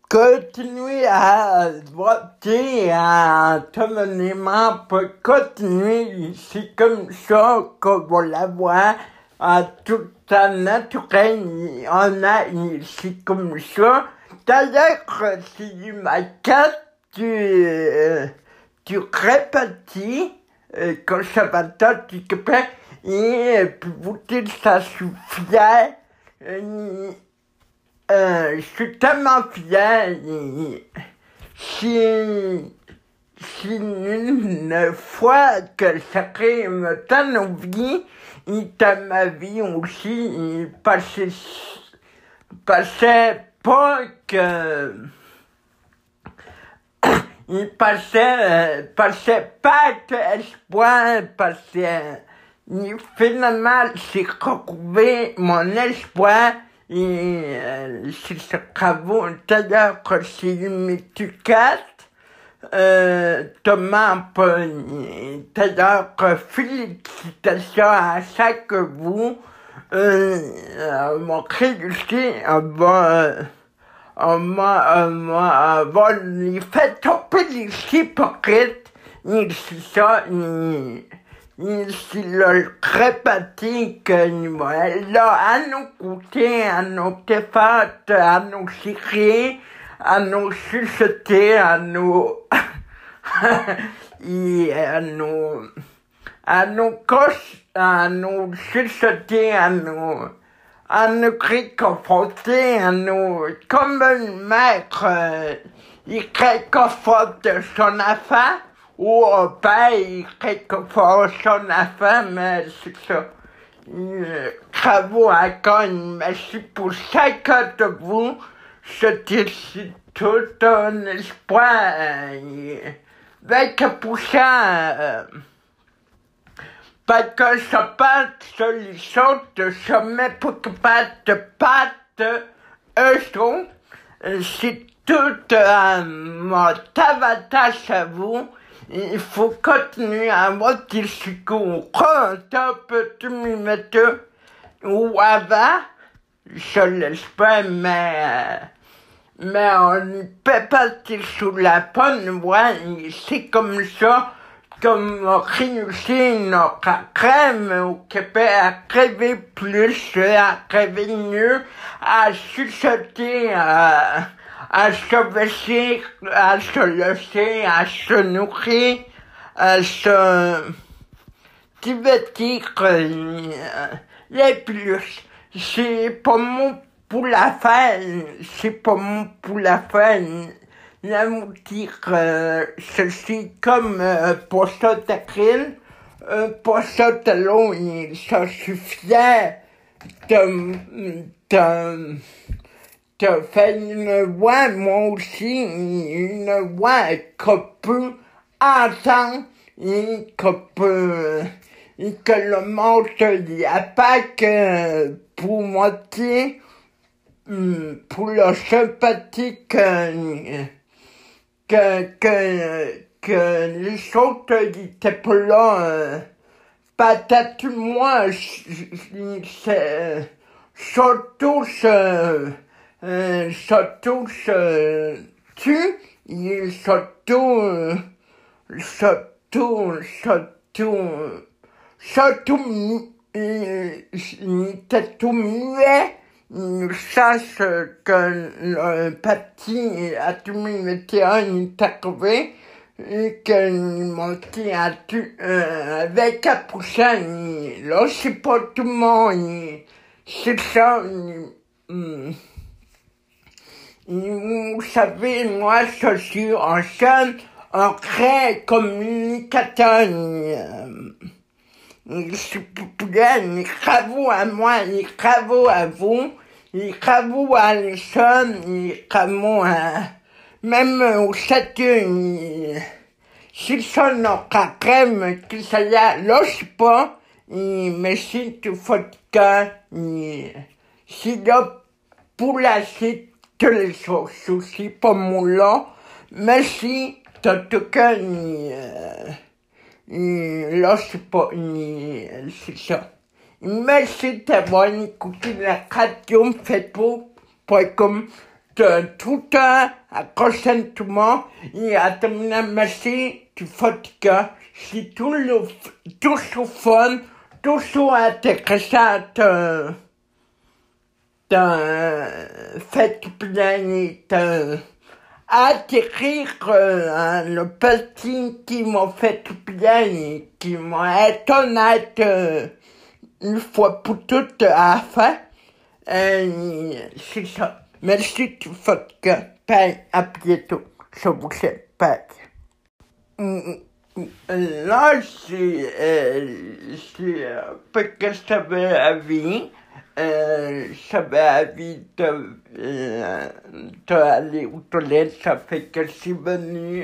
continuer à voter autonomément pour continuer. C'est comme ça qu'on va l'avoir tout en naturel. C'est comme ça. D'ailleurs, c'est une maquette du réparti conservateur du Québec et pour vous dire ça, je suis fier. Je suis tellement fier. C'est une fois que ça crée dans nos vies et dans ma vie aussi, parce pas que il passait pas d'espoir parce que finalement j'ai retrouvé mon espoir et c'est ce travaux d'ailleurs que c'est une éducation Thomas d'ailleurs félicitations à chaque vous m'ont réussi on m'a les fait tomber les hypocrites, c'est ça, c'est le répété que nous, là, à nos côtés, à nos défaites, à nos séries, à nos sucetés, à nos, et à nos coches, à nos sucetés, à nous réconforter, comme une mère, il réconforte son enfant, ou un père, il réconforte son enfant, mais c'est ça. Bravo encore, merci pour chacun de vous, je dis tout un espoir, 20%, parce que je pense sur les autres, je me préoccupe pas eux autres. C'est tout mon avantage à vous. Il faut continuer à voter discours un peu de minutes ou avant. Je l'espère, mais on ne peut pas tirer sous la bonne voie. C'est comme ça. Comme réussir notre crème au Québec à rêver plus, à rêver mieux, à chuchoter, à se vestir, à se laisser, à se nourrir, à se divertir, les plus. C'est pas mon pour la fin, c'est pas mon pour la fin. La dire ceci comme pour ça d'acryl, pour ça de l'eau, ça suffisait de faire une voix, moi aussi, une voix qu'on peut entendre et que le monde n'y a pas que pour moitié, pour le sympathique que les autres étaient pas là, peut-être moi, surtout tu, et il était tout muet, il sache que le parti à 2021 est arrivé, et qu'il montait avec 4%, là c'est pas tout le monde, c'est ça, vous savez, moi je suis un jeune, un vrai communicateur, s'il vous plaît, les travaux à moi, les travaux à vous, les travaux à les jeunes, les travaux à, même au Saturne, si ça n'a qu'à crème, que ça y a, là, je sais pas, mais si tu fais que, si là, pour la suite, tous les choses, aussi, pas mon là, mais si, en tout cas, là, c'est pas, c'est ça. Merci d'avoir écouté la radio Facebook.com. tuta acconsentement e atamina masi tu fotica si tu su fon tu su atecasat fait plein atterrir le petit qui m'a fait bien qui m'a étonné une fois pour toutes à la fin. C'est ça. Merci tout vodka. Bye, à bientôt. Je vous aime. Là, c'est parce que j'avais envie, d'aller aux toilettes, ça fait que je suis venu,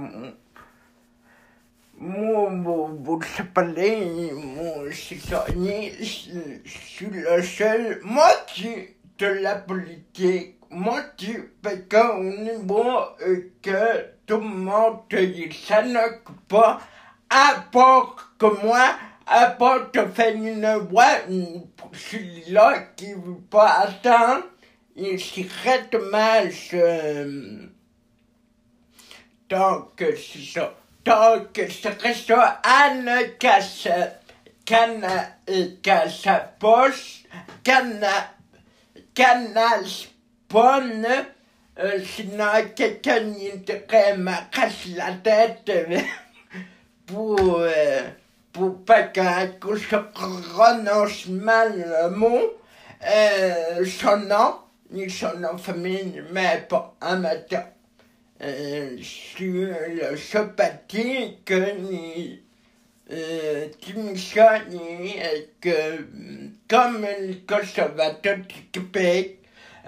vous savez, c'est ça, je suis le seul moitié de la politique, moitié parce qu'au niveau que tout le monde ça n'occupe pas, à part que moi, à part de faire une voix, celui-là qui ne veut pas attendre, il serait dommage, donc c'est ça. Donc, c'est ça, Anne Casse Poche, Canal Spawn, sinon quelqu'un devrait me casser la tête pour pas que je prononce mal le mot, son nom, ni son nom de famille, mais pas amateur. Sur le sympathique ni que comme le conservateur du Québec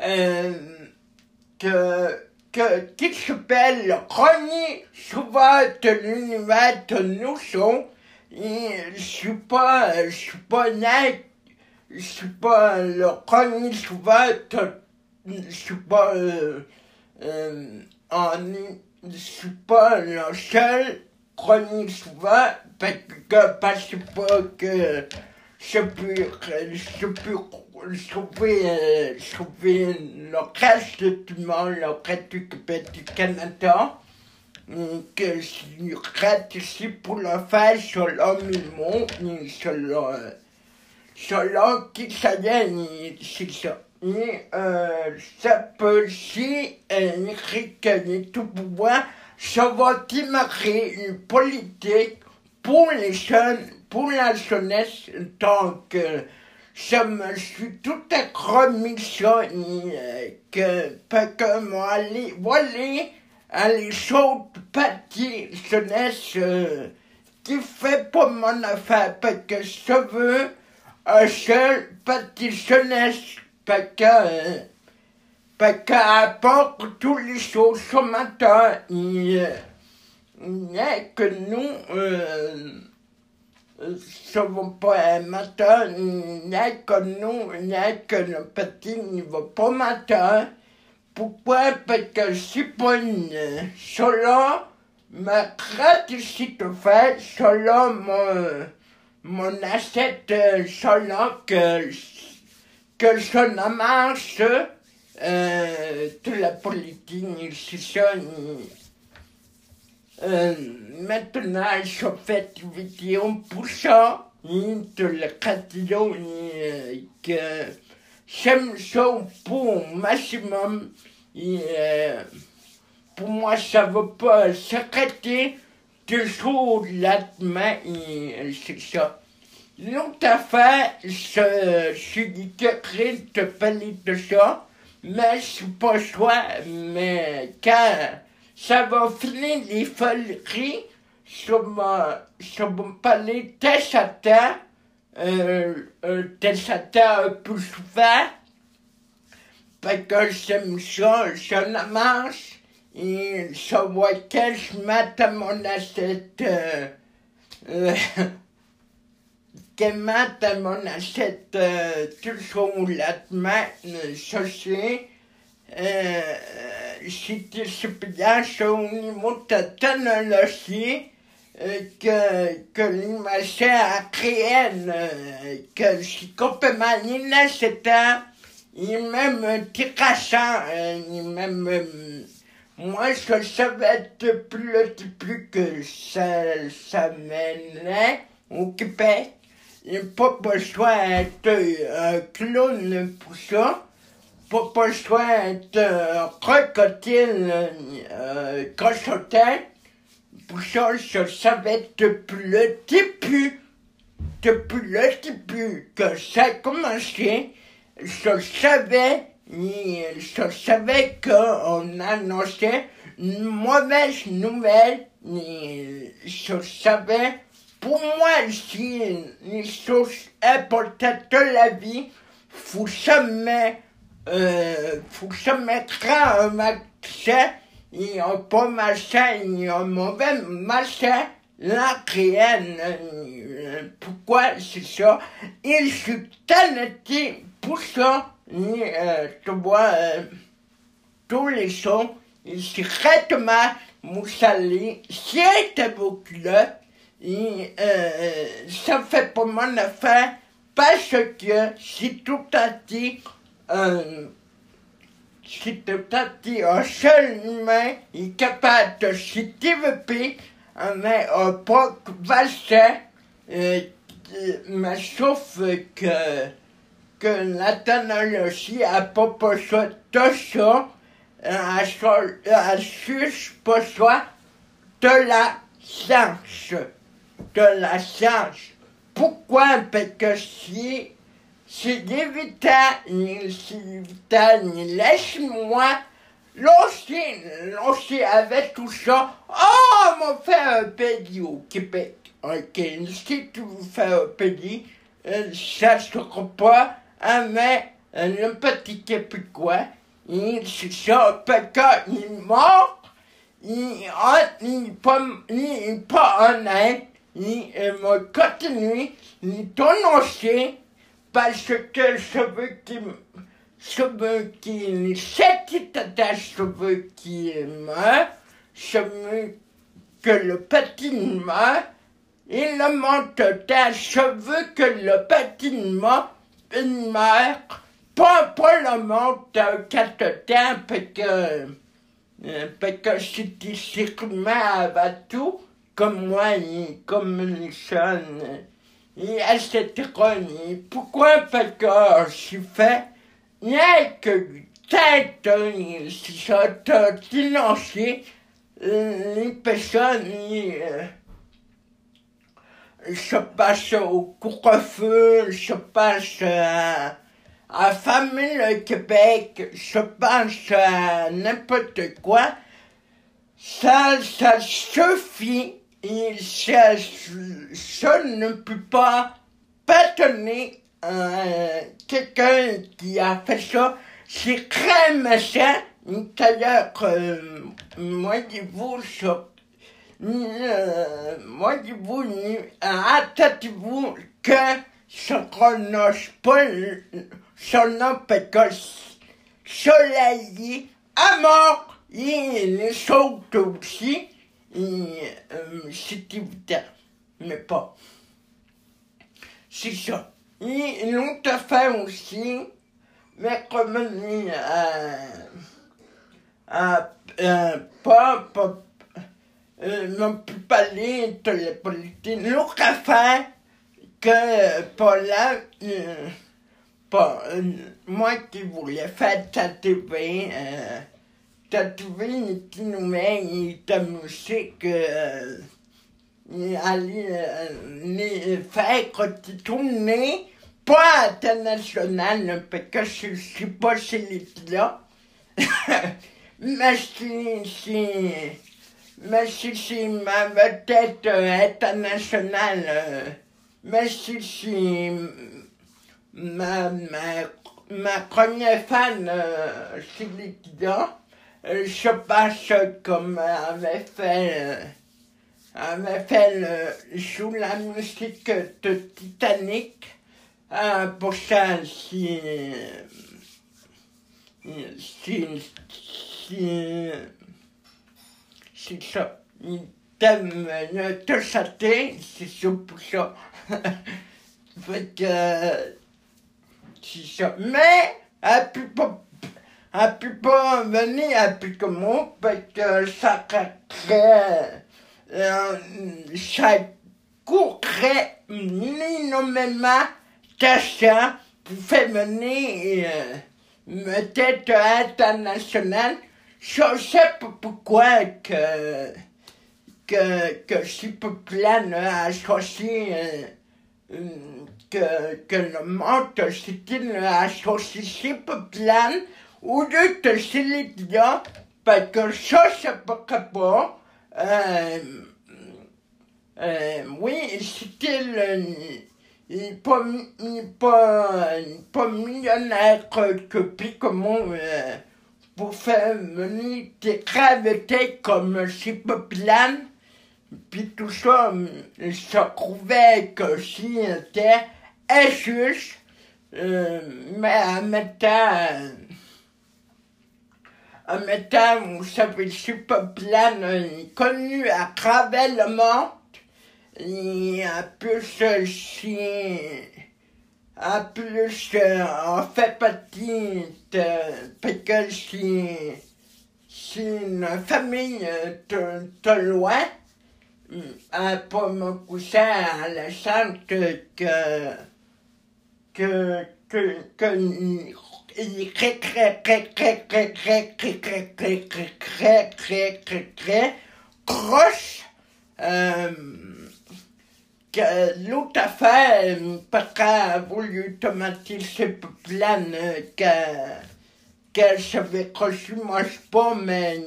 qui s'appelle René souvent de l'univers de nous sommes je suis pas net je suis pas le René souvent je suis pas je suis pas le seul chronique souvent parce que je peux sauver le reste du monde, le reste du Québec, du Canada, que je reste ici pour le faire selon le monde, selon qui ça vient, c'est ça. Et ça peut aussi réclamer tout pouvoir, ça va démarrer une politique pour les jeunes, pour la jeunesse, donc je me suis tout remis ça, parce que moi, les autres parties jeunesse qui fait pas mon affaire, parce que je veux un seul parti jeunesse, parce qu'à part tous les choses ce matin, il n'y a que nous, ne savons pas un matin, il n'y a que nous, il n'y a que le petit niveau pas matin. Pourquoi? Parce que c'est pas selon ma pratique de fait, selon mon assiette, selon que ça ne marche, de la politique, c'est ça. Maintenant, je fais une vidéo pour ça, de la radio, que j'aime ça pour maximum. Pour moi, ça ne veut pas s'arrêter de jour lendemain, c'est ça. L'autre affaire, je suis déclaré de parler de ça, mais je suis pas choix, mais quand ça va finir les foleries, je vais parler de Satan un peu souvent, parce que j'aime ça, ça ne marche, et je vois que je mette à mon assiette, que mette à mon assiette toujours la main, ça c'est, c'est bien ça au niveau de la technologie, que l'image réelle, que c'est complètement nécessaire il m'aime terrassant, il m'aime... moi, je savais depuis le début que ça m'aimait au Québec. Il n'y a pas besoin d'un clown pour ça. Pas besoin de crocodile crochotin. Pour ça, je savais depuis le début que ça a commencé, je savais qu'on annonçait une mauvaise nouvelle. Je savais, pour moi, si les choses importantes de la vie, faut jamais croire un vaccin, et un bon machin, et un mauvais machin. La réelle, pourquoi c'est ça? Et je suis talenté pour ça. Et, tu vois, tous les sons, c'est directement vous allez c'est vos culottes. Et ça fait pas mon affaire parce que si tout à dit, un seul humain est capable de se développer, mais pas vaccin, mais sauf que la technologie a pas besoin de ça, elle juge besoin de la science. Pourquoi? Parce que c'est évident, laisse-moi lancer avec tout ça. Oh, on m'a fait un pays au Québec. Ok, si tu veux faire un pays, ça sera pas mais le petit Québécois, c'est ça, parce qu'il est mort, il est pas honnête, il m'a continué, il dénoncé, parce que je veux qu'il meure, je veux que le petit meure, et le monde total, je veux que le petit meure, pas le monde de 4 temps, parce que c'était sûrement avant tout, comme moi, et comme les jeunes, et etc. Et pourquoi? Parce que j'ai fait rien que tête, c'est ça, de financer les personnes, je passe au couvre-feu, je passe à Famille le Québec, je passe à n'importe quoi, ça suffit, et je ne peux pas pardonner quelqu'un qui a fait ça. C'est très méchant. D'ailleurs, moi, dis-vous, attendez-vous que je prononce pas son nom parce que Soleil à mort et les autres aussi. Et c'est évident, mais pas. C'est ça. Et une autre affaire aussi, mais revenir non plus parler de la politique. L'autre affaire que Paula, moi qui voulais faire ta TV qui nous met de musique, aller faire des tournées, pas internationales, parce que je suis pas chez là. Mais si ma vedette internationale, mais si ma première fan, c'est Liquida, je passe comme avait fait sous la musique de Titanic, pour ça, c'est ça. Il t'aime te châter, c'est ça pour ça. Fait que, c'est ça. Mais, elle peut pas venir avec moi parce que ça coûterait énormément d'argent pour faire venir une tête internationale. Je sais pas pourquoi que Super Plan a choisi que le monde s'est associé Super Plan au lieu de Céline Dion, parce que ça pas. Oui, c'était pas millionnaire que Picomo pour faire venir des gravités comme Super Plan. Puis tout ça, je trouvais que c'était injuste, mais en même temps, vous savez, Super Plan est connu à travers le monde. Et en plus, on fait partie parce que c'est une famille de loin. Pour me coucher à la chambre il est très croche. Que l'autre affaire, parce qu'elle a voulu automatiser le plan qu'elle s'avait reçu, moi je sais pas, mais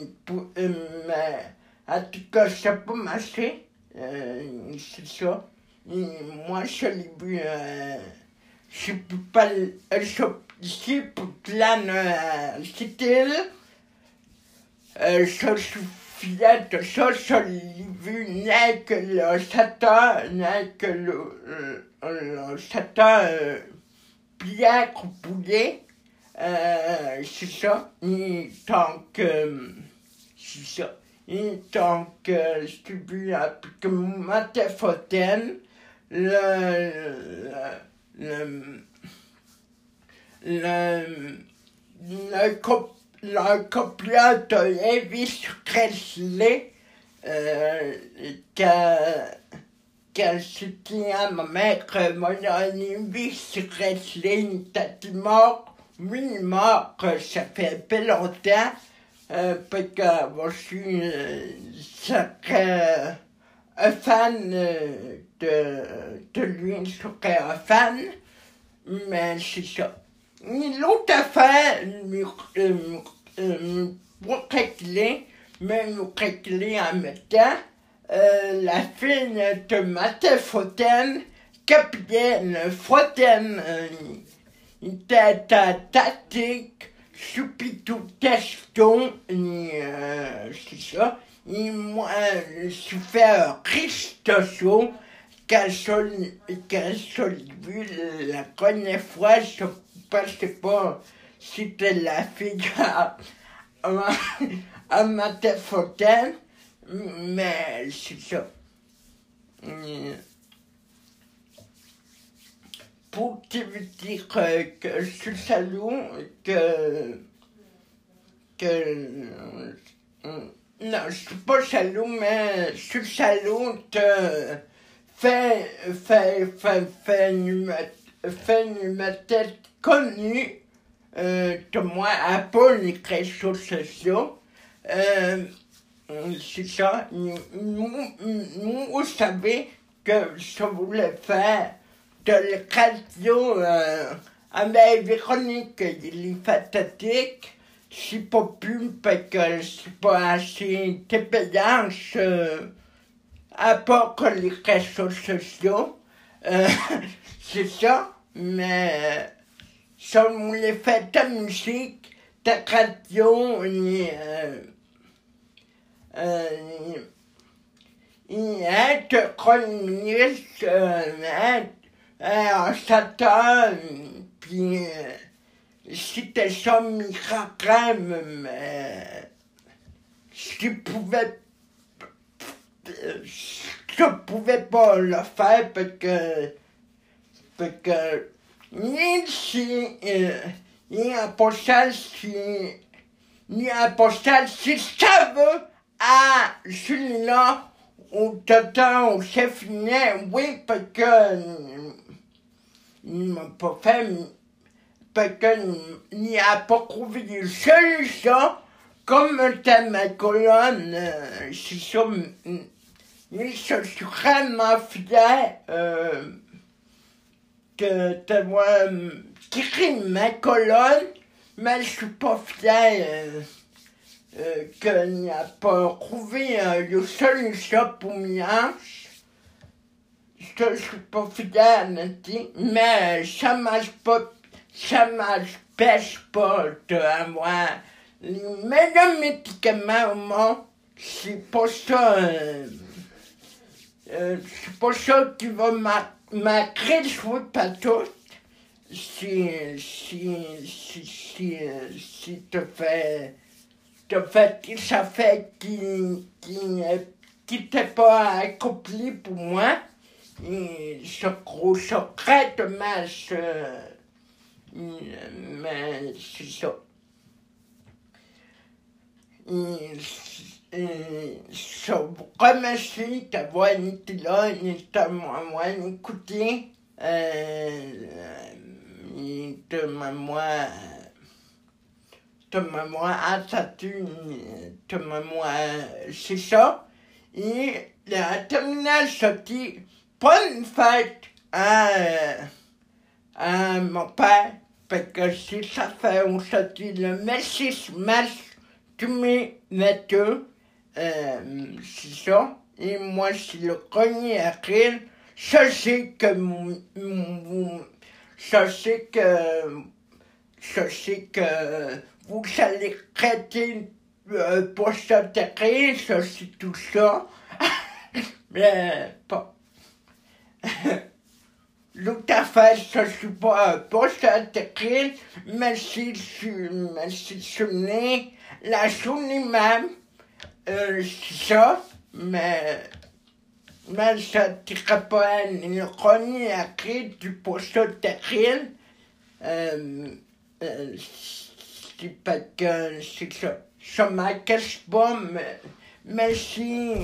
en tout cas ça n'a pas marché, c'est ça. Et moi je l'ai vu, je peux pas, je peux plan, c'était je suis fier de ça, je l'ai vu n'est que le Satan, Pierre Poulet, c'est ça. Et donc, c'est ça. Et donc, j'ai vu avec Mathieu Fontaine, le copieur de Elvis Presley, qu'elle c'était à ma mère, mon Elvis Presley était mort, oui, mort, ça fait un peu longtemps, parce que moi je suis un fan de lui, je serais un fan, mais c'est ça. L'autre affaire, pour régler, mais nous régler en même temps, la fille de Mathieu Fontaine, Capitaine Fontaine, était tactique, Choupitou Teston, c'est ça. Et moi, je suis fait un riche de chaud, quand je vu la première fois, je sais pas si c'était la fille à Mathieu Fontaine, mais c'est ça. Pour te dire que je suis salaud, non, je suis pas salaud, mais je suis salaud de faire une tête connue de moi à pas les réseaux sociaux. C'est ça. Vous savez que je voulais faire de la radio avec Véronique, il est fantastique. C'est pas pu parce que c'est pas assez de pédance à part que les réseaux sociaux. C'est ça, mais si on voulait faire ta musique, ta radio, et être communiste, en Satan, puis c'était ça miracle, mais je pouvais pas le faire parce que même si Et un postal, si ça veut, à celui-là, au total, on s'est fini, oui, parce que, il m'a pas fait, parce qu'il n'y a pas trouvé de solution, comme était ma colonne, c'est ça, ils sont vraiment fiers, que moi, écrit ma colonne, mais je suis pas fier qu'il n'y a pas trouvé de solution pour Mianche. Je suis pas fier, mais ça m'empêche pas d'avoir les meilleurs médicaments au monde. C'est pas ça, c'est pas ça qui va m'accrer le cheveu pas tout. Si ça fait qui t'est pas accompli pour moi, et je trouve ça très dommage, mais c'est ça. Je vous remercie d'avoir été là et de m'avoir écouté, et de m'avoir attendu, de m'avoir, c'est ça. Et la terminale sortie, bonne fête à mon père, parce que si ça fait aujourd'hui le 6 mars 2022, c'est ça. Et moi, c'est le 1er avril. Je sais que vous allez traiter pour s'intégrer, ça c'est tout ça. Mais pas. Tout à fait, je suis pas pour s'intégrer, mais si je n'ai la journée même, c'est ça, mais ça ne tira pas le premier avril du pour s'intégrer. C'est pas que c'est ça. Ça m'inquiète pas, mais si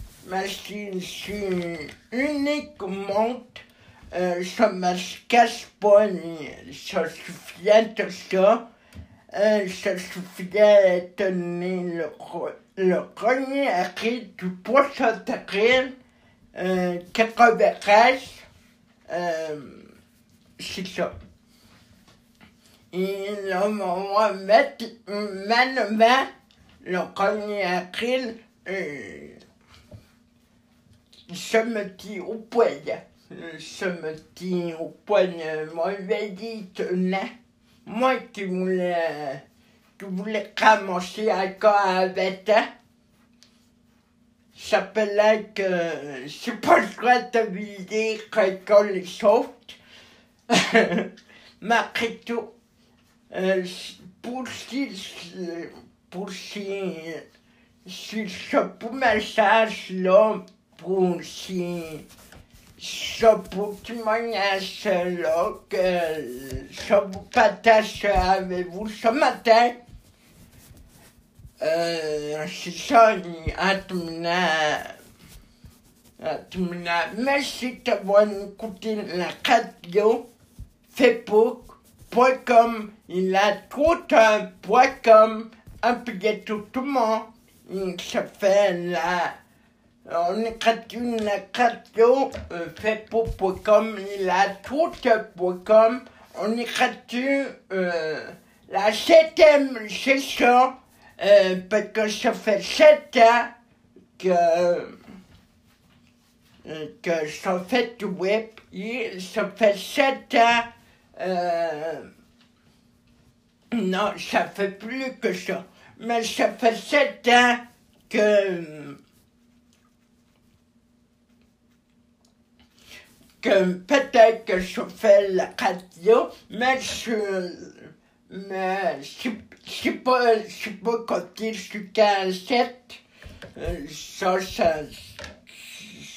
c'est unique monte, ça me casse pas, ça suffisait de ça. Ça suffisait de donner le premier avril du poisson d'avril 93, c'est ça. Et là, on va mettre maintenant le 1er avril, je me dis au poignet. Je me dis au poignet, moi, je vais dire, moi qui voulais ramasser encore avec ça. Ça s'appelait que c'est pas le droit de vider quand les sautes. Malgré tout, pour ce beau message-là, pour ce beau témoignage-là, que je vous partage avec vous ce matin. C'est ça, en terminant, merci d'avoir écouté la radio facebook.com, il a tout.com, appuyez tout le monde, ça fait on écrit la radio facebook.com, il a tout.com, on écrit la 7e session, parce que ça fait 7 ans que ça fait du web, et ça fait 7 ans, non, ça fait plus que ça, mais ça fait 7 ans que peut-être que je fais la radio, mais c'est pas côté jusqu'à 7, ça,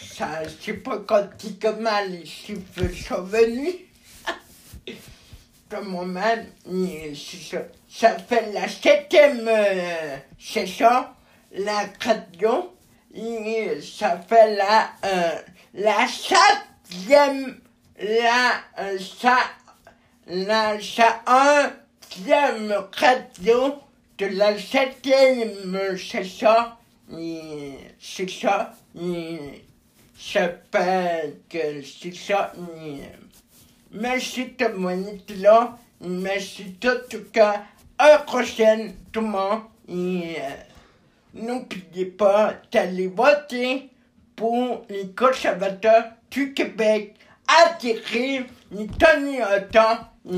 c'est pas côté comment les chiffres sont venus. de moi-même, ça fait la 7e session, la radio, ça fait la 7e, la 1e radio de la 7e session, c'est ça, ça fait que c'est ça. Merci de mon être là. Merci en tout cas. À la prochaine, tout le monde. Et n'oubliez pas d'aller voter pour les conservateurs du Québec. Atterrir, ils donner un temps.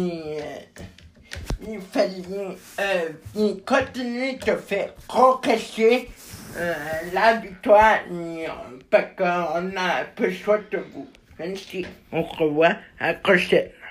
Il fallait continuer de faire progresser la victoire. Parce qu'on a besoin de vous. Merci. On se revoit à la prochaine.